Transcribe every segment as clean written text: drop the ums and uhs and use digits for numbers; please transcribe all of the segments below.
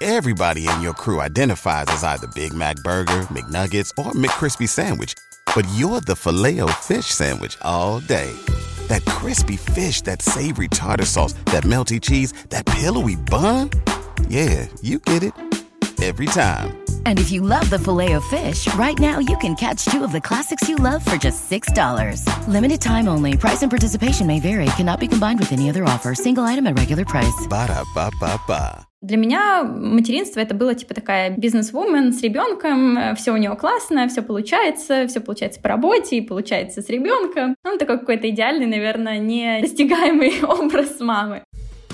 Everybody in your crew identifies as either Big Mac Burger, McNuggets, or McCrispy Sandwich. But you're the Filet-O-Fish Sandwich all day. That crispy fish, that savory tartar sauce, that melty cheese, that pillowy bun. Yeah, you get it. Every time. And if you love the Filet-O-Fish, right now you can catch two of the classics you love for just $6. Limited time only. Price and participation may vary. Cannot be combined with any other offer. Single item at regular price. Ba-da-ba-ba-ba. Для меня материнство это было типа такая бизнес-вумен с ребенком, все у него классно, все получается по работе и получается с ребенком. Ну, такой какой-то идеальный, наверное, недостигаемый образ мамы.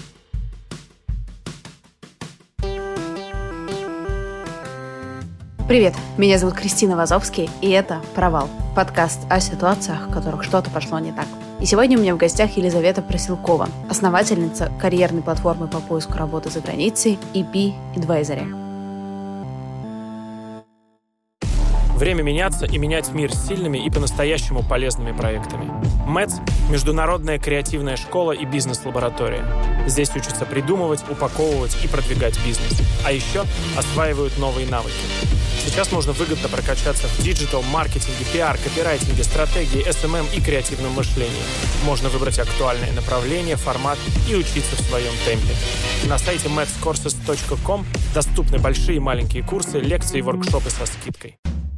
Привет, меня зовут Кристина Вазовский, и это «Провал» — подкаст о ситуациях, в которых что-то пошло не так. И сегодня у меня в гостях Елизавета Проселкова, основательница карьерной платформы по поиску работы за границей EP Advisory. Время меняться и менять мир с сильными и по-настоящему полезными проектами. МЭЦ – международная креативная школа и бизнес-лаборатория. Здесь учатся придумывать, упаковывать и продвигать бизнес. А еще осваивают новые навыки. Сейчас можно выгодно прокачаться в диджитал, маркетинге, пиар, копирайтинге, стратегии, SMM и креативном мышлении. Можно выбрать актуальное направление, формат и учиться в своем темпе. На сайте mathscourses.com доступны большие и маленькие курсы, лекции и воркшопы со скидкой.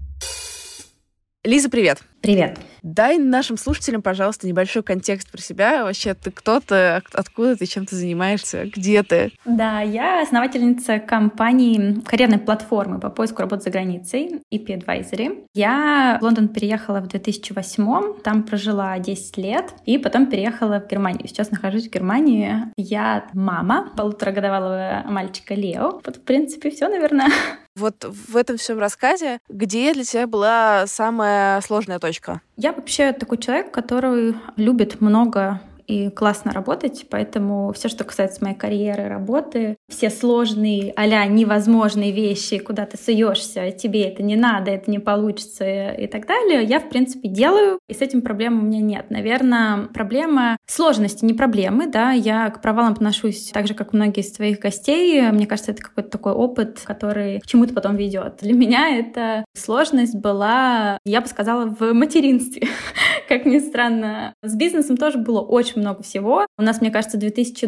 Лиза, привет! Привет! Дай нашим слушателям, пожалуйста, небольшой контекст про себя. Вообще, ты кто ты, откуда ты, чем ты занимаешься, где ты? Да, я основательница компании, карьерной платформы по поиску работы за границей EP Advisory. Я в Лондон переехала в 2008-м, там прожила 10 лет, и потом переехала в Германию. Сейчас нахожусь в Германии. Я мама 1,5-годовалого мальчика Лео. Вот, в принципе, все, наверное. Вот в этом всем рассказе, где для тебя была самая сложная точка? Я вообще такой человек, который любит много и классно работать, поэтому все, что касается моей карьеры, работы, все сложные а-ля невозможные вещи, куда ты суешься, тебе это не надо, это не получится и так далее, я, в принципе, делаю, и с этим проблем у меня нет. Наверное, проблема сложности, не проблемы, да, я к провалам отношусь так же, как многие из твоих гостей. Мне кажется, это какой-то такой опыт, который к чему-то потом ведет. Для меня эта сложность была, я бы сказала, в материнстве. Как ни странно, с бизнесом тоже было очень много всего. У нас, мне кажется,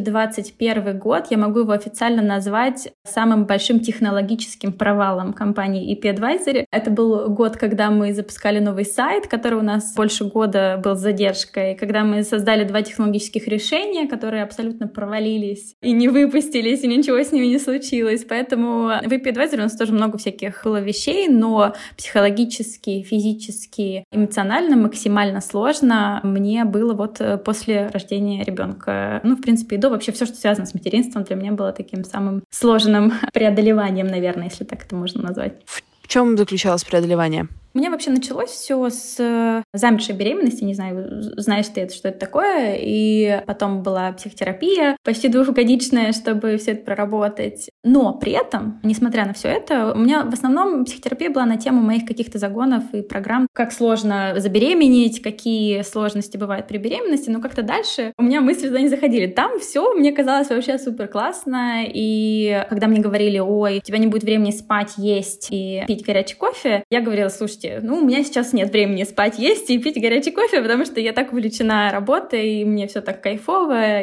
2021 год, я могу его официально назвать самым большим технологическим провалом компании EP Advisory. Это был год, когда мы запускали новый сайт, который у нас больше года был с задержкой, когда мы создали 2 технологических решения, которые абсолютно провалились и не выпустились, и ничего с ними не случилось. Поэтому в EP Advisory у нас тоже много всяких было вещей, но психологически, физически, эмоционально максимально сложно мне было вот после рождения ребенка. Ну, в принципе, и до. Вообще все, что связано с материнством, для меня было таким самым сложным преодолеванием, наверное, если так это можно назвать. В чем заключалось преодолевание? У меня вообще началось все с замершей беременности, не знаю, знаешь ты это, что это такое, и потом была психотерапия почти 2-годичная, чтобы все это проработать. Но при этом, несмотря на все это, у меня в основном психотерапия была на тему моих каких-то загонов и программ, как сложно забеременеть, какие сложности бывают при беременности, но как-то дальше у меня мысли туда не заходили. Там все мне казалось вообще супер классно, и когда мне говорили: ой, у тебя не будет времени спать, есть и пить горячий кофе, я говорила: слушайте, у меня сейчас нет времени спать, есть и пить горячий кофе, потому что я так увлечена работой, и мне все так кайфово,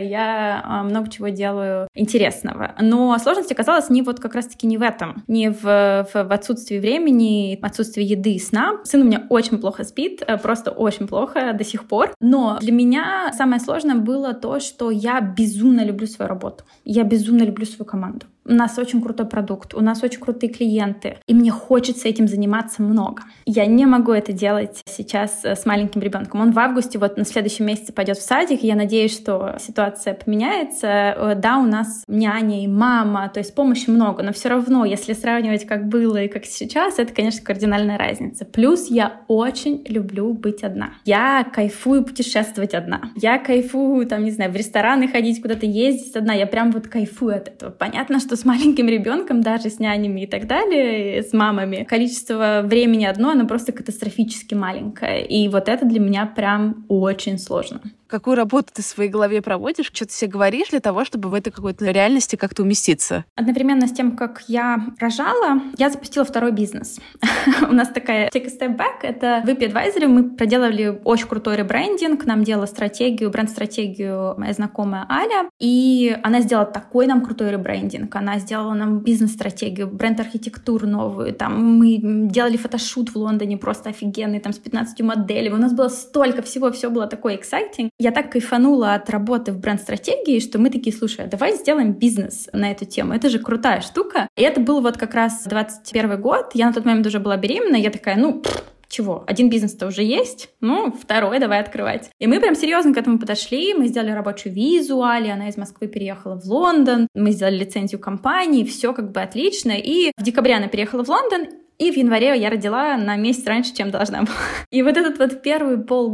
я много чего делаю интересного. Но сложность оказалась не вот как раз-таки не в этом, не в отсутствии времени, отсутствии еды и сна. Сын у меня очень плохо спит, просто очень плохо до сих пор. Но для меня самое сложное было то, что я безумно люблю свою работу, я безумно люблю свою команду. У нас очень крутой продукт, у нас очень крутые клиенты, и мне хочется этим заниматься много. Я не могу это делать сейчас с маленьким ребенком. Он в августе, вот на следующем месяце пойдет в садик, и я надеюсь, что ситуация поменяется. Да, у нас няня и мама, то есть помощи много, но все равно, если сравнивать, как было и как сейчас, это, конечно, кардинальная разница. Плюс я очень люблю быть одна. Я кайфую путешествовать одна. Я кайфую, там, не знаю, в рестораны ходить, куда-то ездить одна. Я прям вот кайфую от этого. Понятно, что с маленьким ребенком, даже с нянями и так далее, с мамами, количество времени одно, оно просто катастрофически маленькое. И вот это для меня прям очень сложно. Какую работу ты в своей голове проводишь? Что ты себе говоришь для того, чтобы в этой какой-то реальности как-то уместиться? Одновременно с тем, как я рожала, я запустила второй бизнес. У нас такая take a step back. Это в IP Advisory мы проделали очень крутой ребрендинг. Нам делала бренд-стратегию моя знакомая Аля. И она сделала такой нам крутой ребрендинг. Она сделала нам бизнес-стратегию, бренд-архитектуру новую. Там мы делали фотошут в Лондоне просто офигенный, там с 15 моделями. У нас было столько всего, все было такое exciting. Я так кайфанула от работы в бренд-стратегии, что мы такие, слушай, давай сделаем бизнес на эту тему. Это же крутая штука. И это был вот как раз 21 год. Я на тот момент уже была беременна. Я такая, чего? Один бизнес-то уже есть, второй давай открывать. И мы прям серьезно к этому подошли, мы сделали рабочую визу Али, она из Москвы переехала в Лондон, мы сделали лицензию компании, все как бы отлично. И в декабре она переехала в Лондон, и в январе я родила на месяц раньше, чем должна была. И вот этот вот первые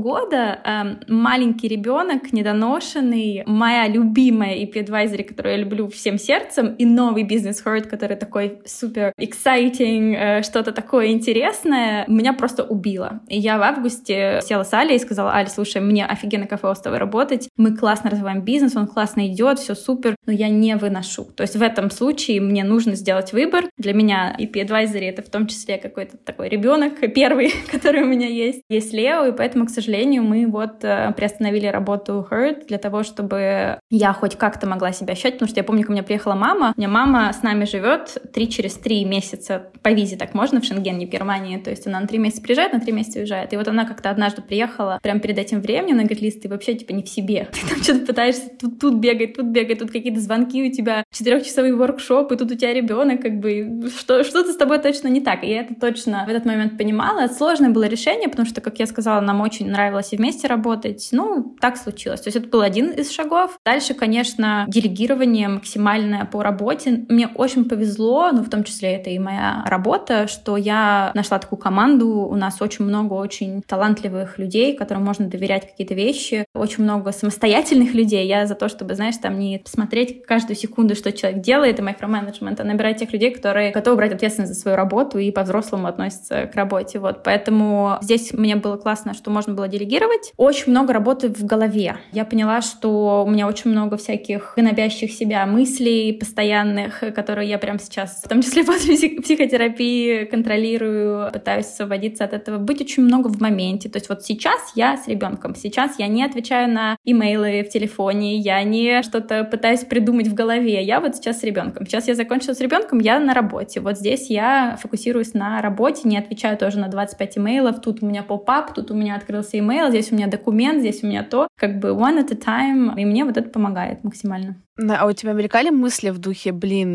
полгода маленький ребенок, недоношенный, моя любимая IP Advisory, которую я люблю всем сердцем, и новый бизнес Heard, который такой супер exciting, что-то такое интересное, меня просто убило. И я в августе села с Алей и сказала: Аля, слушай, мне офигенно кафе с тобой работать, мы классно развиваем бизнес, он классно идет, все супер, но я не выношу. То есть в этом случае мне нужно сделать выбор. Для меня IP Advisory — это в том числе какой-то такой ребенок первый, который у меня есть Лео, и поэтому, к сожалению, мы вот приостановили работу Heard для того, чтобы я хоть как-то могла себя ощущать, потому что я помню, ко мне приехала мама, у меня мама с нами живет через 3 месяца, по визе так можно в Шенген, не в Германии, то есть она на 3 месяца приезжает, на 3 месяца уезжает, и вот она как-то однажды приехала прямо перед этим временем, она говорит: Лиз, ты вообще типа не в себе, ты там что-то пытаешься тут бегать, тут какие-то звонки у тебя, 4-часовой воркшоп, и тут у тебя ребенок, как бы что-то с тобой точно не так. И я это точно в этот момент понимала. Это сложное было решение, потому что, как я сказала, нам очень нравилось и вместе работать. Так случилось. То есть это был один из шагов. Дальше, конечно, делегирование максимальное по работе. Мне очень повезло, в том числе это и моя работа, что я нашла такую команду. У нас очень много очень талантливых людей, которым можно доверять какие-то вещи. Очень много самостоятельных людей. Я за то, чтобы, не смотреть каждую секунду, что человек делает, и микроменеджмент, а набирать тех людей, которые готовы брать ответственность за свою работу и по-взрослому относятся к работе. Поэтому здесь мне было классно, что можно было делегировать. Очень много работы в голове. Я поняла, что у меня очень много всяких гнобящих себя мыслей постоянных, которые я прямо сейчас, в том числе после психотерапии, контролирую, пытаюсь освободиться от этого. Быть очень много в моменте. То есть вот сейчас я с ребенком. Сейчас я не отвечаю на имейлы в телефоне, я не что-то пытаюсь придумать в голове. Я вот сейчас с ребенком. Сейчас я закончила с ребенком, я на работе. Вот здесь я фокусируюсь на работе, не отвечаю тоже на 25 имейлов. Тут у меня поп-ап, тут у меня открылся имейл, здесь у меня документ, здесь у меня то. Как бы one at a time. И мне вот это помогает максимально. А у тебя мелькали мысли в духе: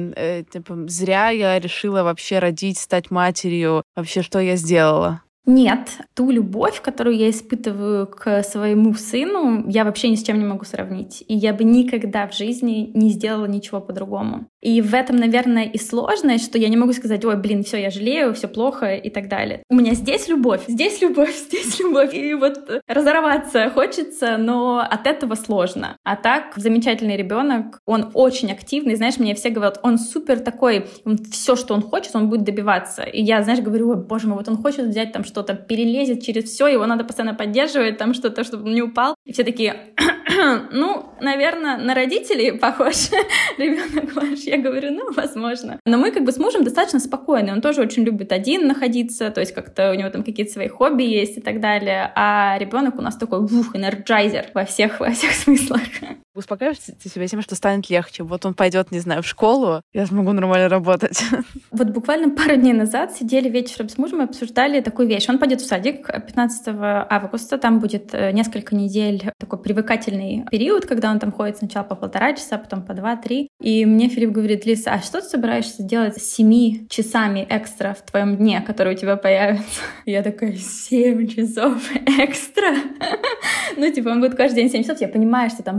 зря я решила вообще родить, стать матерью, вообще что я сделала? Нет, ту любовь, которую я испытываю к своему сыну, я вообще ни с чем не могу сравнить. И я бы никогда в жизни не сделала ничего по-другому. И в этом, наверное, и сложность, что я не могу сказать: все, я жалею, все плохо и так далее. У меня здесь любовь, здесь любовь, здесь любовь. И вот разорваться хочется, но от этого сложно. А так, замечательный ребенок, он очень активный. Знаешь, мне все говорят, он супер такой, все, что он хочет, он будет добиваться. И я, говорю: ой, боже мой, вот он хочет взять там что-то, перелезет через все, его надо постоянно поддерживать, там что-то, чтобы он не упал. И все такие: наверное, на родителей похож ребенок ваш. Я говорю: возможно. Но мы с мужем достаточно спокойны. Он тоже очень любит один находиться, то есть как-то у него там какие-то свои хобби есть и так далее. А ребенок у нас такой энерджайзер во всех смыслах. Успокаиваешь ты себя тем, что станет легче. Вот он пойдет, не знаю, в школу, я смогу нормально работать. Вот буквально пару дней назад сидели вечером с мужем и обсуждали такую вещь. Он пойдет в садик 15 августа, там будет несколько недель такой привыкательный период, когда он там ходит сначала по 1,5 часа, потом по 2-3. И мне Филипп говорит: Лиз, а что ты собираешься делать с 7 часами экстра в твоем дне, которые у тебя появятся? Я такая: 7 часов экстра? Он будет каждый день 7 часов. Я понимаю, что там болеть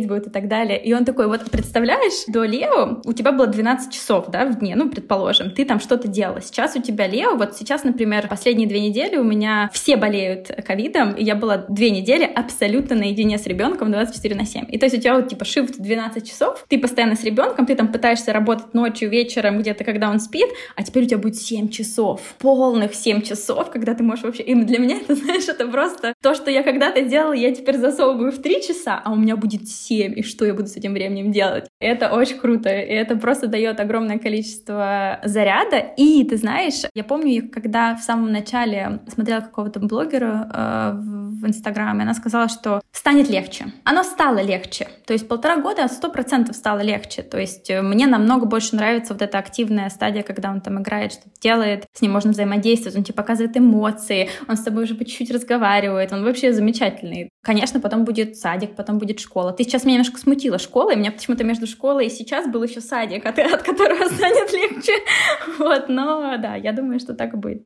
болеть будет и так далее. И он такой, вот представляешь, до Лео у тебя было 12 часов, да, в дне, ну, предположим, ты там что-то делала. Сейчас у тебя Лео, вот сейчас, например, последние 2 недели у меня все болеют ковидом, и я была 2 недели абсолютно наедине с ребенком 24/7. И то есть у тебя вот типа shift 12 часов, ты постоянно с ребенком, ты там пытаешься работать ночью, вечером, где-то, когда он спит, а теперь у тебя будет 7 часов, полных 7 часов, когда ты можешь вообще... И для меня это, знаешь, это просто то, что я когда-то делала, я теперь засовываю в 3 часа, а у меня будет 7, и что я буду с этим временем делать? Это очень круто, и это просто дает огромное количество заряда. И ты знаешь, я помню, когда в самом начале смотрела какого-то блогера в Инстаграме, она сказала, что станет легче. Оно стало легче. То есть 1,5 года 100% стало легче. То есть мне намного больше нравится вот эта активная стадия, когда он там играет, что-то делает, с ним можно взаимодействовать, он тебе показывает эмоции, он с тобой уже по чуть-чуть разговаривает, он вообще замечательный. Конечно, потом будет садик, потом будет школа. Ты сейчас меня немножко смутила школа, и у меня почему-то между школой и сейчас был еще садик, от которого станет легче. Вот, но да, я думаю, что так и будет.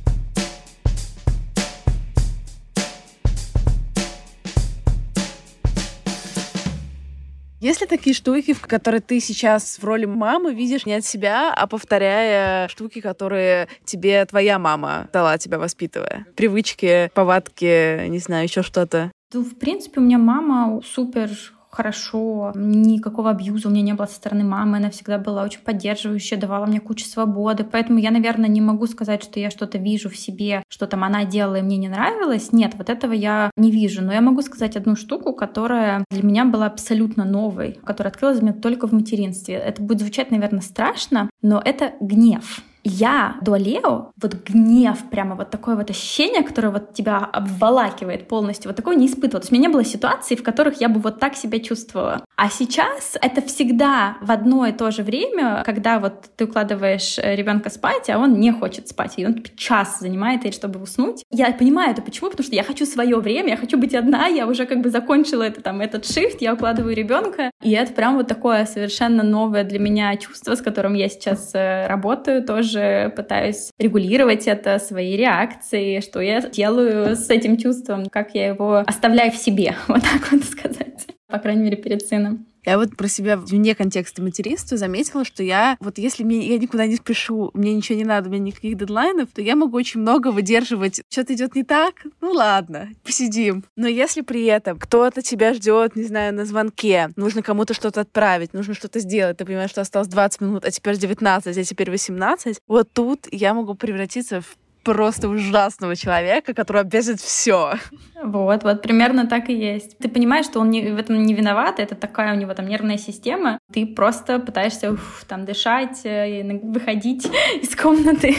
Есть ли такие штуки, в которые ты сейчас в роли мамы видишь не от себя, а повторяя штуки, которые тебе твоя мама дала, тебя воспитывая? Привычки, повадки, не знаю, еще что-то? Ну, в принципе, у меня мама супер хорошо, никакого абьюза у меня не было со стороны мамы, она всегда была очень поддерживающая, давала мне кучу свободы, поэтому я, наверное, не могу сказать, что я что-то вижу в себе, что там она делала и мне не нравилось. Нет, вот этого я не вижу, но я могу сказать одну штуку, которая для меня была абсолютно новой, которая открылась для меня только в материнстве. Это будет звучать, наверное, страшно, но это гнев. Я до Лео, вот гнев, прямо вот такое вот ощущение, которое вот тебя обволакивает полностью, вот такое не испытывала. То есть у меня не было ситуаций, в которых я бы вот так себя чувствовала. А сейчас это всегда в одно и то же время, когда вот ты укладываешь ребенка спать, а он не хочет спать, и он час занимает, чтобы уснуть. Я понимаю это почему, потому что я хочу свое время, я хочу быть одна, я уже как бы закончила этот шифт, я укладываю ребенка, и это прям вот такое совершенно новое для меня чувство, с которым я сейчас работаю, тоже пытаюсь регулировать это, свои реакции, что я делаю с этим чувством, как я его оставляю в себе, вот так вот сказать, по крайней мере, перед сыном. Я вот про себя вне контекста материнства заметила, что я если я никуда не спешу, мне ничего не надо, у меня никаких дедлайнов, то я могу очень много выдерживать. Что-то идет не так? Ну ладно, посидим. Но если при этом кто-то тебя ждет, не знаю, на звонке, нужно кому-то что-то отправить, нужно что-то сделать, ты понимаешь, что осталось 20 минут, а теперь 19, а теперь 18, вот тут я могу превратиться в просто ужасного человека, который обязывает все. Вот примерно так и есть. Ты понимаешь, что он в этом не виноват, это такая у него там нервная система. Ты просто пытаешься там дышать, выходить из комнаты,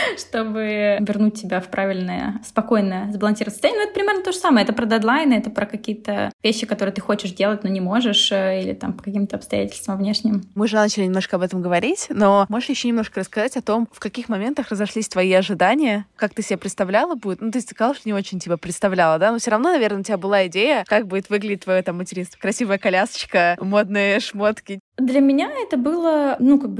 чтобы вернуть себя в правильное, спокойное, сбалансированное состояние. Но это примерно то же самое. Это про дедлайны, это про какие-то вещи, которые ты хочешь делать, но не можешь, или там по каким-то обстоятельствам внешним. Мы же начали немножко об этом говорить, но можешь еще немножко рассказать о том, в каких моментах разошлись твои ожидания, как ты себе представляла будет? Ну, ты сказала, что не очень тебя представляла, да? Но все равно, наверное, у тебя была идея, как будет выглядеть твое там материнство. Красивая колясочка, модные шмотки. Для меня это было,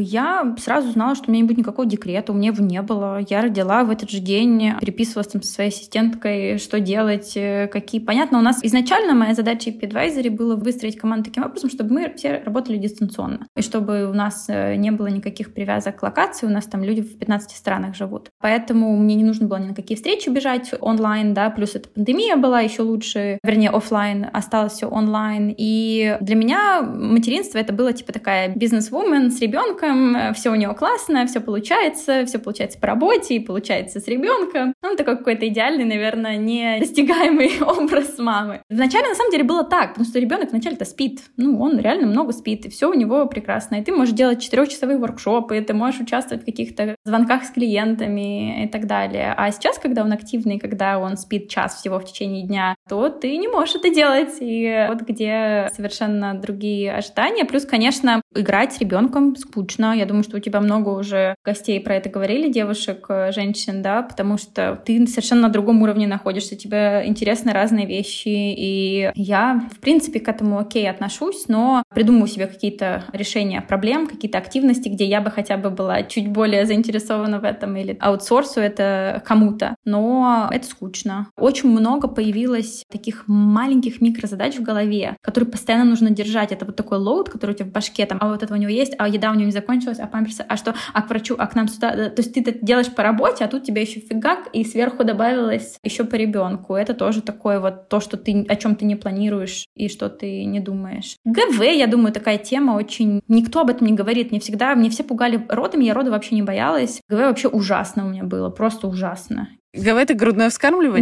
я сразу знала, что у меня не будет никакого декрета, у меня его не было. Я родила в этот же день, переписывалась там со своей ассистенткой, что делать, какие. Понятно, у нас изначально моя задача в Advisory была выстроить команду таким образом, чтобы мы все работали дистанционно. И чтобы у нас не было никаких привязок к локации, у нас там люди в 15 странах живут. Поэтому мне не нужно было ни на какие встречи бежать онлайн, да, плюс это пандемия была еще лучше, вернее, офлайн, осталось все онлайн. И для меня материнство это было такая бизнес-вумен с ребенком, все у него классно, все получается по работе и получается с ребенком. Он такой какой-то идеальный, наверное, недостигаемый образ мамы. Вначале, на самом деле, было так, потому что ребенок вначале-то спит. Он реально много спит, и все у него прекрасно. И ты можешь делать 4-часовые воркшопы, ты можешь участвовать в каких-то звонках с клиентами и так далее. А сейчас, когда он активный, когда он спит час всего в течение дня, то ты не можешь это делать. И вот где совершенно другие ожидания. Плюс, конечно, Играть с ребенком скучно. Я думаю, что у тебя много уже гостей про это говорили, девушек, женщин, да, потому что ты совершенно на другом уровне находишься, тебе интересны разные вещи, и я, в принципе, к этому окей отношусь, но придумываю себе какие-то решения проблем, какие-то активности, где я бы хотя бы была чуть более заинтересована в этом или аутсорсу это кому-то, но это скучно. Очень много появилось таких маленьких микрозадач в голове, которые постоянно нужно держать. Это вот такой лоуд, который у тебя в башке, там, а вот это у него есть, а еда у него не закончилась, а памперсы, а что, а к врачу, а к нам сюда. То есть ты это делаешь по работе, а тут тебе еще фигак, и сверху добавилось еще по ребенку. Это тоже такое вот то, что ты, о чем ты не планируешь и что ты не думаешь. ГВ, я думаю, такая тема очень... Никто об этом не говорит. Мне все пугали родами, я рода вообще не боялась. ГВ вообще ужасно у меня было, просто ужасно. ГВ — это грудное вскармливание?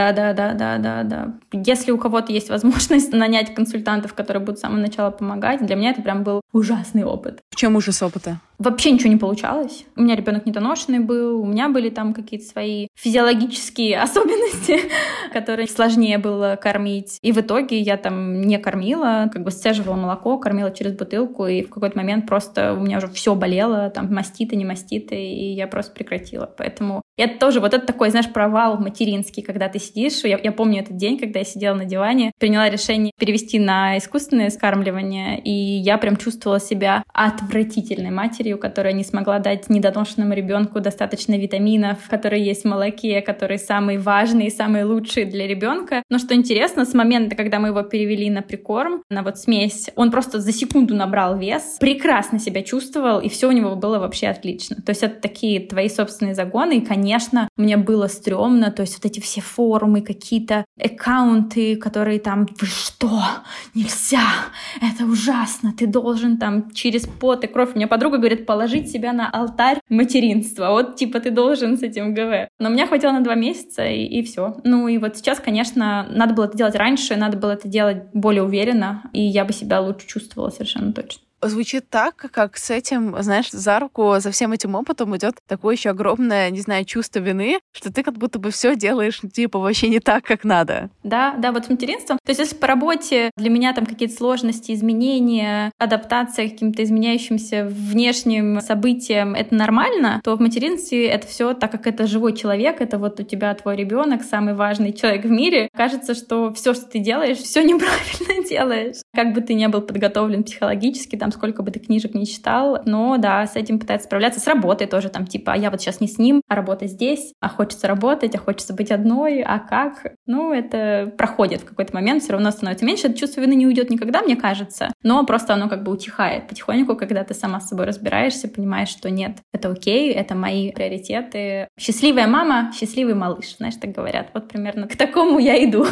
Да. Если у кого-то есть возможность нанять консультантов, которые будут с самого начала помогать, для меня это прям был ужасный опыт. В чем ужас опыта? Вообще ничего не получалось. У меня ребенок недоношенный был, у меня были там какие-то свои физиологические особенности, которые сложнее было кормить. И в итоге я там не кормила, как бы сцеживала молоко, кормила через бутылку, и в какой-то момент просто у меня уже все болело, там маститы, не маститы, и я просто прекратила. Поэтому это тоже вот это такой, знаешь, провал материнский, когда ты сидишь. Я помню этот день, когда я сидела на диване, приняла решение перевести на искусственное скармливание, и я прям чувствовала себя отвратительной матерью, которая не смогла дать недоношенному ребенку достаточно витаминов, которые есть в молоке, которые самые важные, самые лучшие для ребенка. Но что интересно, с момента, когда мы его перевели на прикорм, на вот смесь, он просто за секунду набрал вес, прекрасно себя чувствовал, и все у него было вообще отлично. То есть это такие твои собственные загоны, и, конечно, мне было стрёмно, то есть вот эти все форумы, какие-то аккаунты, которые там, вы что, нельзя, это ужасно, ты должен там через пот и кровь. У меня подруга говорит, положить себя на алтарь материнства, вот типа ты должен с этим ГВ. Но меня хватило на 2 месяца, и все. Ну и вот сейчас, конечно, надо было это делать раньше, надо было это делать более уверенно, и я бы себя лучше чувствовала совершенно точно. Звучит так, как с этим, знаешь, за руку, за всем этим опытом идет такое еще огромное, не знаю, чувство вины, что ты как будто бы все делаешь, типа, вообще не так, как надо. Да, вот с материнством. То есть если по работе для меня там какие-то сложности, изменения, адаптация к каким-то изменяющимся внешним событиям, это нормально, то в материнстве это все, так как это живой человек, это вот у тебя твой ребенок, самый важный человек в мире, кажется, что все, что ты делаешь, все неправильно делаешь. Как бы ты ни был подготовлен психологически, там сколько бы ты книжек не читал, но да, с этим пытается справляться, с работой тоже, там типа, а я вот сейчас не с ним, а работа здесь, а хочется работать, а хочется быть одной, а как? Ну, это проходит в какой-то момент, все равно становится меньше, это чувство вины не уйдет никогда, мне кажется, но просто оно как бы утихает потихоньку, когда ты сама с собой разбираешься, понимаешь, что нет, это окей, это мои приоритеты. Счастливая мама, счастливый малыш, знаешь, так говорят. Вот примерно к такому я иду.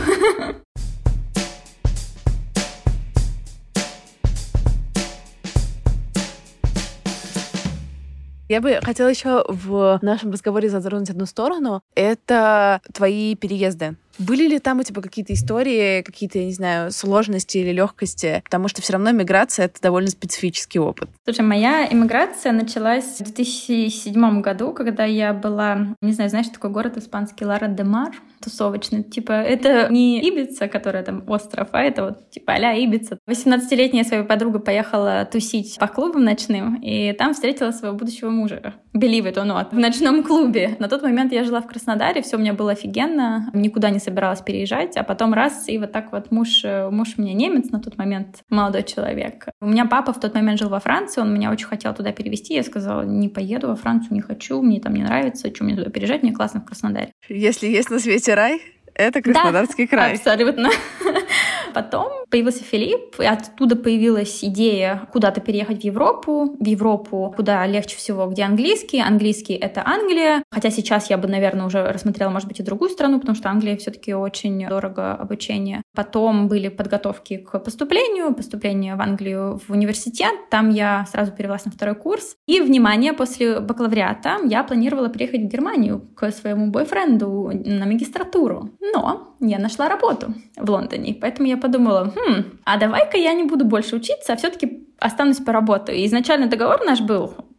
Я бы хотела еще в нашем разговоре затронуть одну сторону. Это твои переезды. Были ли там у тебя какие-то истории, какие-то, я не знаю, сложности или легкости? Потому что все равно миграция — это довольно специфический опыт. Слушай, моя эмиграция началась в 2007 году, когда я была, не знаю, знаешь, такой город испанский, Лара-де-Мар, тусовочный. Типа, это не Ибица, которая там остров, а это вот типа а-ля Ибица. 18-летняя своей подругой поехала тусить по клубам ночным, и там встретила своего будущего мужа. Believe it or not, в ночном клубе. На тот момент я жила в Краснодаре, все у меня было офигенно, никуда не собиралась переезжать, а потом раз, и вот так вот муж у меня немец на тот момент, молодой человек. У меня папа в тот момент жил во Франции, он меня очень хотел туда перевезти, я сказала, не поеду во Францию, не хочу, мне там не нравится, что мне туда переезжать, мне классно в Краснодаре. Если есть на свете рай, это Краснодарский край. Абсолютно. Потом появился Филипп, и оттуда появилась идея куда-то переехать в Европу, куда легче всего, где английский. Английский — это Англия, хотя сейчас я бы, наверное, уже рассмотрела, может быть, и другую страну, потому что Англия все-таки очень дорого обучение. Потом были подготовки к поступлению в Англию в университет, там я сразу перевелась на 2-й курс. И, внимание, после бакалавриата я планировала приехать в Германию к своему бойфренду на магистратуру. Но я нашла работу в Лондоне, поэтому я подумала, а давай-ка я не буду больше учиться, а все-таки останусь по работе. И изначально договор наш был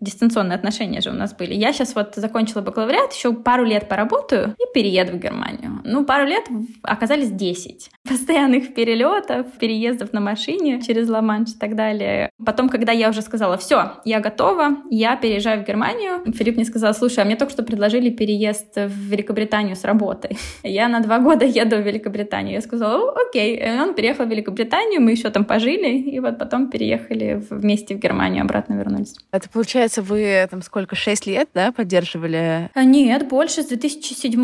дистанционные отношения же у нас были. Я сейчас вот закончила бакалавриат, еще пару лет поработаю и перееду в Германию. Пару лет оказались 10. Постоянных перелетов, переездов на машине через Ла-Манш и так далее. Потом, когда я уже сказала, все, я готова, я переезжаю в Германию, Филипп мне сказал, слушай, а мне только что предложили переезд в Великобританию с работой. Я на 2 года еду в Великобританию. Я сказала, окей. И он переехал в Великобританию, мы еще там пожили, и вот потом переехали вместе в Германию, обратно вернулись. Это, получается, вы там сколько, 6 лет, да, поддерживали? Нет, больше, с 2007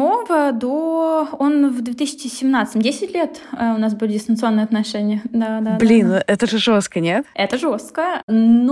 до... Он в 2017, 10 лет у нас были дистанционные отношения. Да. Это же жестко, нет? Это жестко,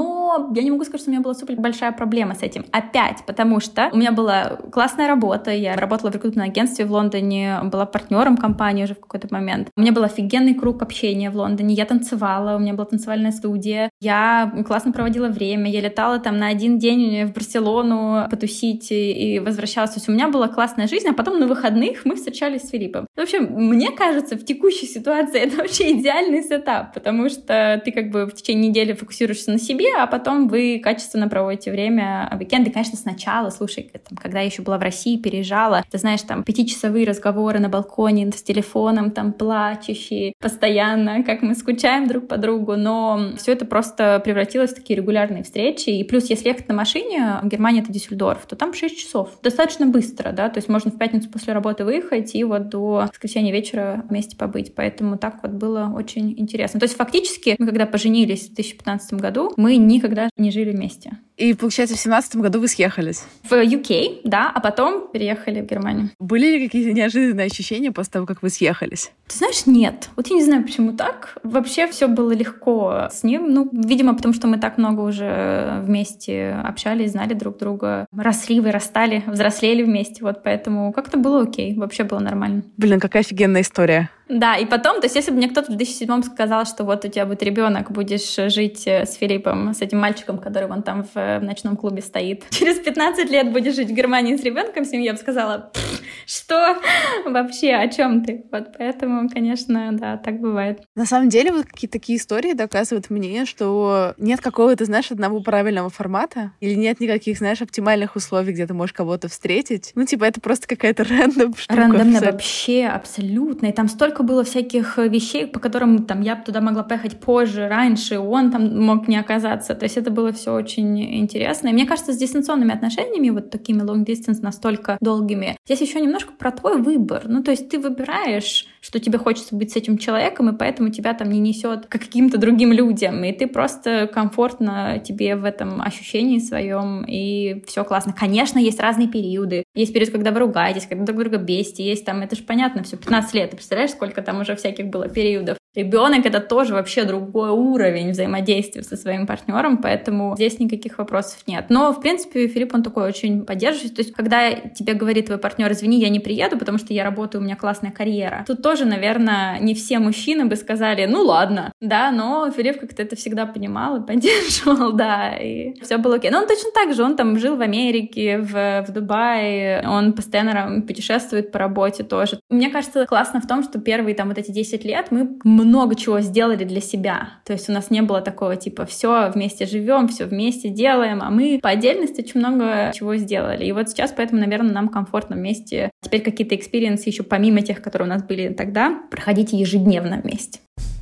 но я не могу сказать, что у меня была супер большая проблема с этим. Опять, потому что у меня была классная работа, я работала в рекрутменном агентстве в Лондоне, была партнером компании уже в какой-то момент. У меня был офигенный круг общения в Лондоне, я танцевала, у меня была танцевальная студия, я классно проводила время, я летала там на 1 день в Барселону потусить и возвращалась. То есть у меня была классная жизнь, а потом на выходных мы встречались с Филиппом. В общем, мне кажется, в текущей ситуации это вообще идеальный сетап, потому что ты как бы в течение недели фокусируешься на себе, а потом вы качественно проводите время. Уикенды, конечно, сначала, слушай, когда я еще была в России, переезжала, ты знаешь, там 5-часовые разговоры на балконе с телефоном, там плачущие постоянно, как мы скучаем друг по другу, но все это просто превратилось в такие регулярные встречи. И плюс, если ехать на машине, в Германии это Дюссельдорф, то там 6 часов. Достаточно быстро, да, то есть можно в пятницу после работы выехать и вот до воскресенья вечера вместе побыть. Поэтому так вот было очень интересно. То есть фактически мы, когда поженились в 2015 году, мы никогда не жили вместе. И, получается, в 2017 году вы съехались? В UK, да, а потом переехали в Германию. Были ли какие-то неожиданные ощущения после того, как вы съехались? Ты знаешь, нет. Вот я не знаю, почему так. Вообще все было легко с ним. Видимо, потому что мы так много уже вместе общались, знали друг друга, росли, вырастали, взрослели вместе. Вот поэтому как-то было окей. Вообще было нормально. Блин, какая офигенная история. Да, и потом, то есть если бы мне кто-то в 2007 сказал, что вот у тебя будет ребенок, будешь жить с Филиппом, с этим мальчиком, который вон там в ночном клубе стоит, через 15 лет будешь жить в Германии с ребенком, в семье, я бы сказала, что вообще, о чем ты? Вот поэтому, конечно, да, так бывает. На самом деле, вот какие-то такие истории доказывают мне, что нет какого-то, знаешь, одного правильного формата, или нет никаких, знаешь, оптимальных условий, где ты можешь кого-то встретить. Это просто какая-то рандом штука. Рандомно вообще, абсолютно. И там столько было всяких вещей, по которым там я туда могла поехать позже, раньше, он там мог не оказаться. То есть это было все очень интересно. И мне кажется, с дистанционными отношениями, вот такими long distance, настолько долгими, здесь еще немножко про твой выбор. То есть ты выбираешь, что тебе хочется быть с этим человеком, и поэтому тебя там не несет к каким-то другим людям. И ты просто комфортно тебе в этом ощущении своем, и все классно. Конечно, есть разные периоды. Есть период, когда вы ругаетесь, когда друг друга бесите, есть там, это же понятно, все 15 лет. Ты представляешь, сколько там уже всяких было периодов. Ребенок — это тоже вообще другой уровень взаимодействия со своим партнером, поэтому здесь никаких вопросов нет. Но, в принципе, Филипп, он такой очень поддерживающий. То есть, когда тебе говорит твой партнер, извини, я не приеду, потому что я работаю, у меня классная карьера, тут тоже, наверное, не все мужчины бы сказали, ладно, да, но Филипп как-то это всегда понимал и поддерживал, да, и все было окей. Но он точно так же, он там жил в Америке, в Дубае, он постоянно путешествует по работе тоже. Мне кажется, классно в том, что первые там вот эти 10 лет мы много чего сделали для себя. То есть у нас не было такого типа все вместе живем, все вместе делаем, а мы по отдельности очень много чего сделали. И вот сейчас поэтому, наверное, нам комфортно вместе. Теперь какие-то экспириенсы еще помимо тех, которые у нас были тогда, проходите ежедневно вместе.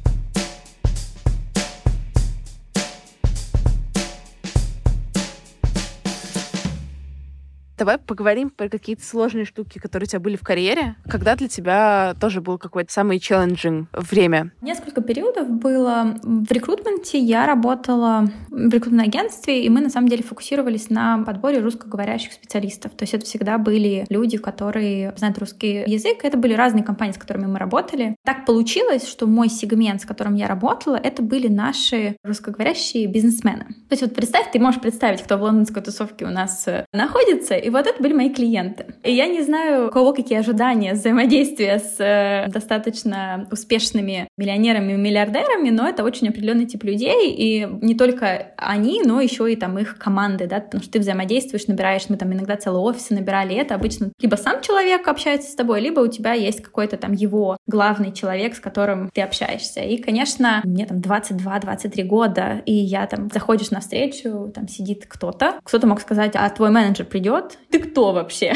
Давай поговорим про какие-то сложные штуки, которые у тебя были в карьере. Когда для тебя тоже был какой-то самый challenging время? Несколько периодов было. В рекрутменте я работала в рекрутменном агентстве, и мы на самом деле фокусировались на подборе русскоговорящих специалистов. То есть это всегда были люди, которые знают русский язык. Это были разные компании, с которыми мы работали. Так получилось, что мой сегмент, с которым я работала, это были наши русскоговорящие бизнесмены. То есть вот представь, ты можешь представить, кто в лондонской тусовке у нас находится, И вот это были мои клиенты. И я не знаю, у кого какие ожидания взаимодействия с достаточно успешными миллионерами и миллиардерами, но это очень определенный тип людей, и не только они, но еще и там их команды, да, потому что ты взаимодействуешь, набираешь, мы там иногда целые офисы набирали, и это обычно либо сам человек общается с тобой, либо у тебя есть какой-то там его главный человек, с которым ты общаешься. И, конечно, мне там 22-23 года, и я там заходишь на встречу, там сидит кто-то мог сказать: а твой менеджер придет? Ты кто вообще?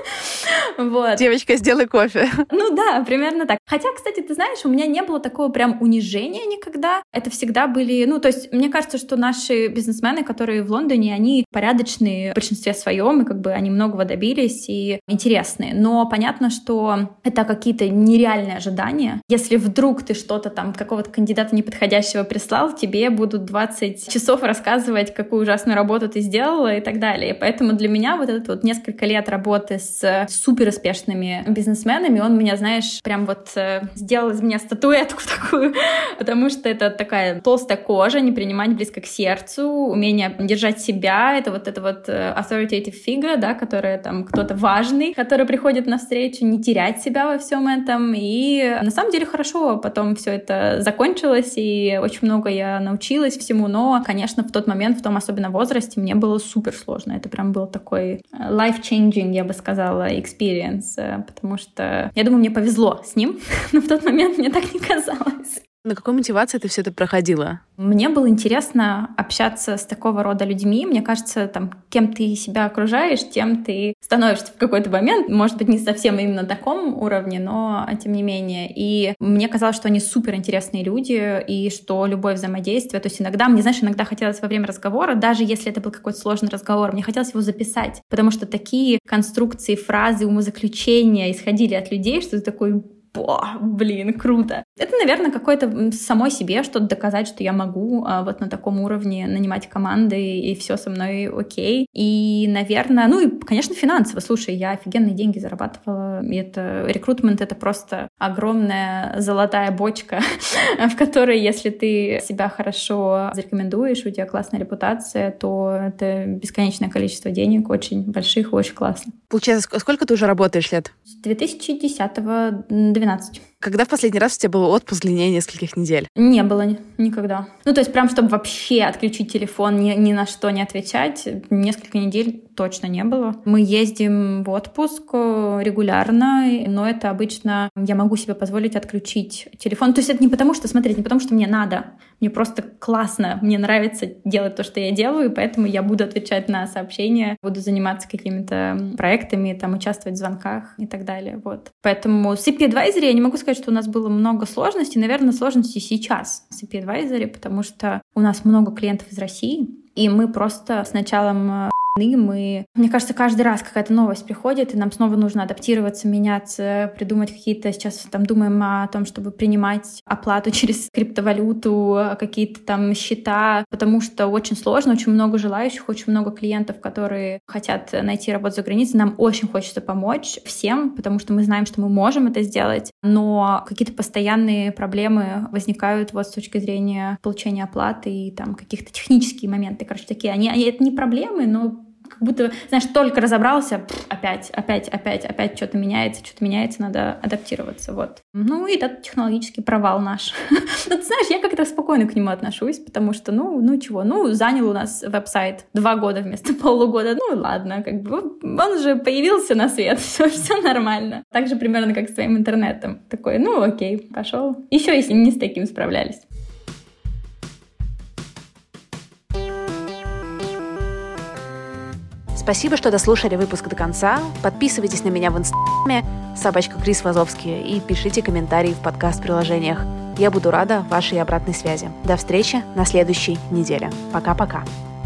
Вот. Девочка, сделай кофе. Ну да, примерно так. Хотя, кстати, ты знаешь, у меня не было такого прям унижения никогда. Это всегда были... Ну, то есть, мне кажется, что наши бизнесмены, которые в Лондоне, они порядочные в большинстве своем, и как бы они многого добились и интересные. Но понятно, что это какие-то нереальные ожидания. Если вдруг ты что-то там, какого-то кандидата неподходящего прислал, тебе будут 20 часов рассказывать, какую ужасную работу ты сделала и так далее. Поэтому для меня вот это вот несколько лет работы с суперуспешными бизнесменами, он меня, знаешь, прям вот сделал из меня статуэтку такую, потому что это такая толстая кожа, не принимать близко к сердцу, умение держать себя, это вот authoritative figure, да, которая там кто-то важный, который приходит на встречу, не терять себя во всем этом. И на самом деле хорошо потом все это закончилось, и очень много я научилась всему, но, конечно, в тот момент, в том особенно возрасте, мне было супер сложно. Это прям был такой life-changing, я бы сказала, experience, потому что, я думаю, мне повезло с ним, но в тот момент мне так не казалось. На какой мотивации ты все это проходила? Мне было интересно общаться с такого рода людьми. Мне кажется, там, кем ты себя окружаешь, тем ты становишься в какой-то момент. Может быть, не совсем именно на таком уровне, но тем не менее. И мне казалось, что они суперинтересные люди, и что любое взаимодействие... То есть иногда, мне, знаешь, иногда хотелось во время разговора, даже если это был какой-то сложный разговор, мне хотелось его записать, потому что такие конструкции, фразы, умозаключения исходили от людей, что ты такой... Блин, круто. Это, наверное, какое-то самой себе что-то доказать, что я могу вот на таком уровне нанимать команды, и все со мной окей. И, наверное, ну и, конечно, финансово. Слушай, я офигенные деньги зарабатывала. И это рекрутмент — это просто огромная золотая бочка, в которой, если ты себя хорошо зарекомендуешь, у тебя классная репутация, то это бесконечное количество денег, очень больших, очень классно. Получается, сколько ты уже работаешь лет? С 2010-го 12. Когда в последний раз у тебя был отпуск длиннее нескольких недель? Не было никогда. Ну, то есть прям, чтобы вообще отключить телефон, ни на что не отвечать, несколько недель точно не было. Мы ездим в отпуск регулярно, но это обычно я могу себе позволить отключить телефон. То есть это не потому, что, смотрите, не потому, что мне надо. Мне просто классно, мне нравится делать то, что я делаю, и поэтому я буду отвечать на сообщения, буду заниматься какими-то проектами, там, участвовать в звонках и так далее. Вот. Поэтому с CP Advisory я не могу сказать, что у нас было много сложностей. Наверное, сложности сейчас с CP Advisory, потому что у нас много клиентов из России, и мы просто с началом мне кажется, каждый раз какая-то новость приходит, и нам снова нужно адаптироваться, меняться, придумать какие-то... Сейчас там думаем о том, чтобы принимать оплату через криптовалюту, какие-то там счета, потому что очень сложно, очень много желающих, очень много клиентов, которые хотят найти работу за границей. Нам очень хочется помочь всем, потому что мы знаем, что мы можем это сделать, но какие-то постоянные проблемы возникают вот с точки зрения получения оплаты и там каких-то технические моменты. Короче, такие. Они это не проблемы, но как будто, знаешь, только разобрался, опять что-то меняется, надо адаптироваться, вот. Ну, и это технологический провал наш. Ну, ты знаешь, я как-то спокойно к нему отношусь, потому что, занял у нас веб-сайт 2 года вместо полугода, ладно, как бы, он уже появился на свет, все нормально. Так же примерно, как с твоим интернетом. Такой, окей, пошел. Еще если не с таким справлялись. Спасибо, что дослушали выпуск до конца. Подписывайтесь на меня в Инстаграме @KrisVazovsky и пишите комментарии в подкаст-приложениях. Я буду рада вашей обратной связи. До встречи на следующей неделе. Пока-пока.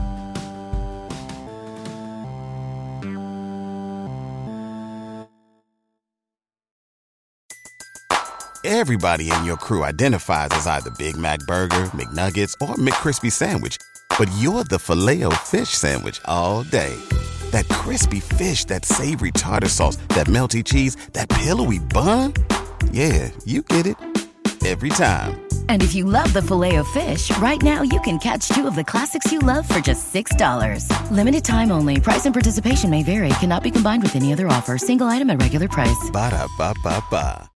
Everybody in your crew identifies as either Big Mac Burger, McNuggets, or McCrispy Sandwich. But you're the Filet-O-Fish Sandwich all day. That crispy fish, that savory tartar sauce, that melty cheese, that pillowy bun. Yeah, you get it. Every time. And if you love the Filet-O-Fish, right now you can catch two of the classics you love for just $6. Limited time only. Price and participation may vary. Cannot be combined with any other offer. Single item at regular price. Ba-da-ba-ba-ba.